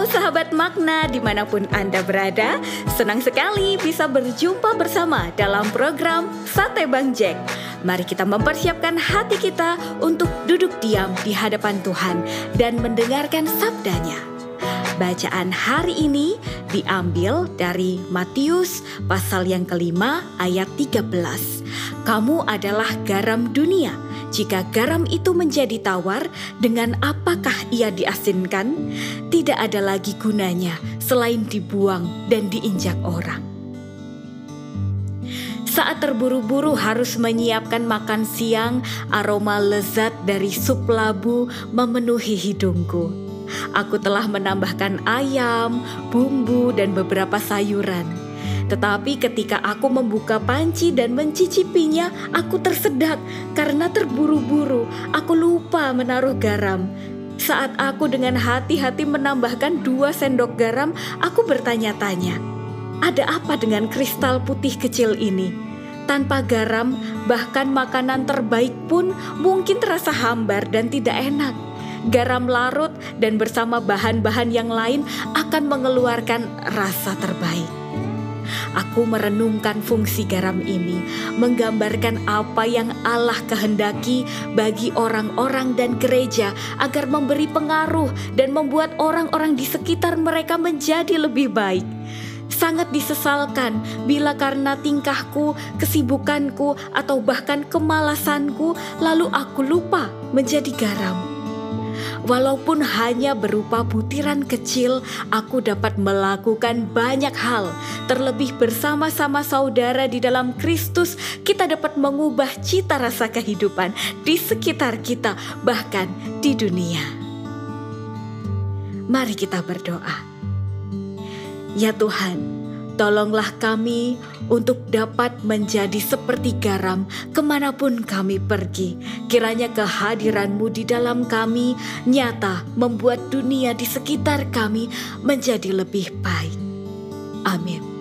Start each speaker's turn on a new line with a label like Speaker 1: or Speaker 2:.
Speaker 1: sahabat makna dimanapun Anda berada, senang sekali bisa berjumpa bersama dalam program Sate Bang Jack. Mari kita mempersiapkan hati kita untuk duduk diam di hadapan Tuhan dan mendengarkan sabdanya. Bacaan hari ini diambil dari Matius pasal yang kelima ayat 13. Kamu adalah garam dunia. Jika garam itu menjadi tawar, dengan apakah ia diasinkan? Tidak ada lagi gunanya selain dibuang dan diinjak orang. Saat terburu-buru harus menyiapkan makan siang, aroma lezat dari sup labu memenuhi hidungku. Aku telah menambahkan ayam, bumbu, dan beberapa sayuran. Tetapi ketika aku membuka panci dan mencicipinya, aku tersedak karena terburu-buru. Aku lupa menaruh garam. Saat aku dengan hati-hati menambahkan 2 sendok garam, aku bertanya-tanya, ada apa dengan kristal putih kecil ini? Tanpa garam, bahkan makanan terbaik pun mungkin terasa hambar dan tidak enak. Garam larut dan bersama bahan-bahan yang lain akan mengeluarkan rasa terbaik. Aku merenungkan fungsi garam ini, menggambarkan apa yang Allah kehendaki bagi orang-orang dan gereja agar memberi pengaruh dan membuat orang-orang di sekitar mereka menjadi lebih baik. Sangat disesalkan bila karena tingkahku, kesibukanku, atau bahkan kemalasanku, lalu aku lupa menjadi garam. Walaupun hanya berupa butiran kecil, aku dapat melakukan banyak hal. Terlebih bersama-sama saudara di dalam Kristus, kita dapat mengubah cita rasa kehidupan di sekitar kita, bahkan di dunia. Mari kita berdoa. Ya Tuhan, tolonglah kami untuk dapat menjadi seperti garam kemanapun kami pergi. Kiranya kehadiran-Mu di dalam kami nyata membuat dunia di sekitar kami menjadi lebih baik. Amin.